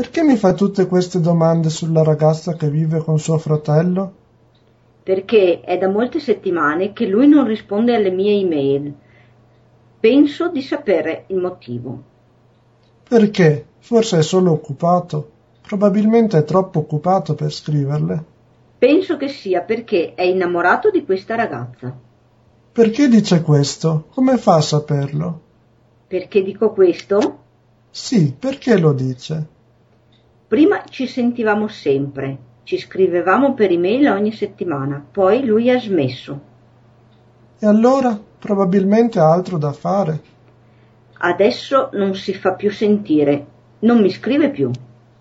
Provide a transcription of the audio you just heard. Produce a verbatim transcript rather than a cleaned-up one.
Perché mi fa tutte queste domande sulla ragazza che vive con suo fratello? Perché è da molte settimane che lui non risponde alle mie email. Penso di sapere il motivo. Perché? Forse è solo occupato. Probabilmente è troppo occupato per scriverle. Penso che sia perché è innamorato di questa ragazza. Perché dice questo? Come fa a saperlo? Perché dico questo? Sì, perché lo dice? Prima ci sentivamo sempre, ci scrivevamo per email ogni settimana, poi lui ha smesso. E allora? Probabilmente ha altro da fare. Adesso non si fa più sentire, non mi scrive più.